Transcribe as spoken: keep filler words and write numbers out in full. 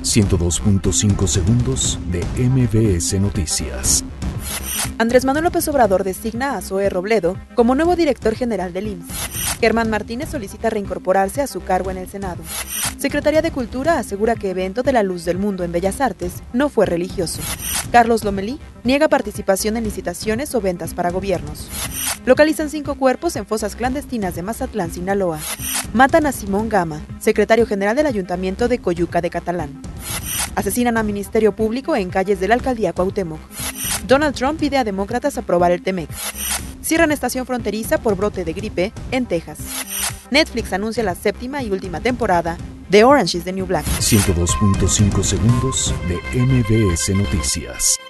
ciento dos punto cinco segundos de M B S Noticias. Andrés Manuel López Obrador designa a Zoe Robledo como nuevo director general del I M S S. Germán Martínez solicita reincorporarse a su cargo en el Senado. Secretaría de Cultura asegura que evento de la Luz del Mundo en Bellas Artes no fue religioso. Carlos Lomelí niega participación en licitaciones o ventas para gobiernos. Localizan cinco cuerpos en fosas clandestinas de Mazatlán, Sinaloa. Matan a Simón Gama, secretario general del Ayuntamiento de Coyuca de Catalán. Asesinan a Ministerio Público en calles de la alcaldía Cuauhtémoc. Donald Trump pide a demócratas aprobar el T-MEC. Cierran estación fronteriza por brote de gripe en Texas. Netflix anuncia la séptima y última temporada de Orange is the New Black. ciento dos punto cinco segundos de M B S Noticias.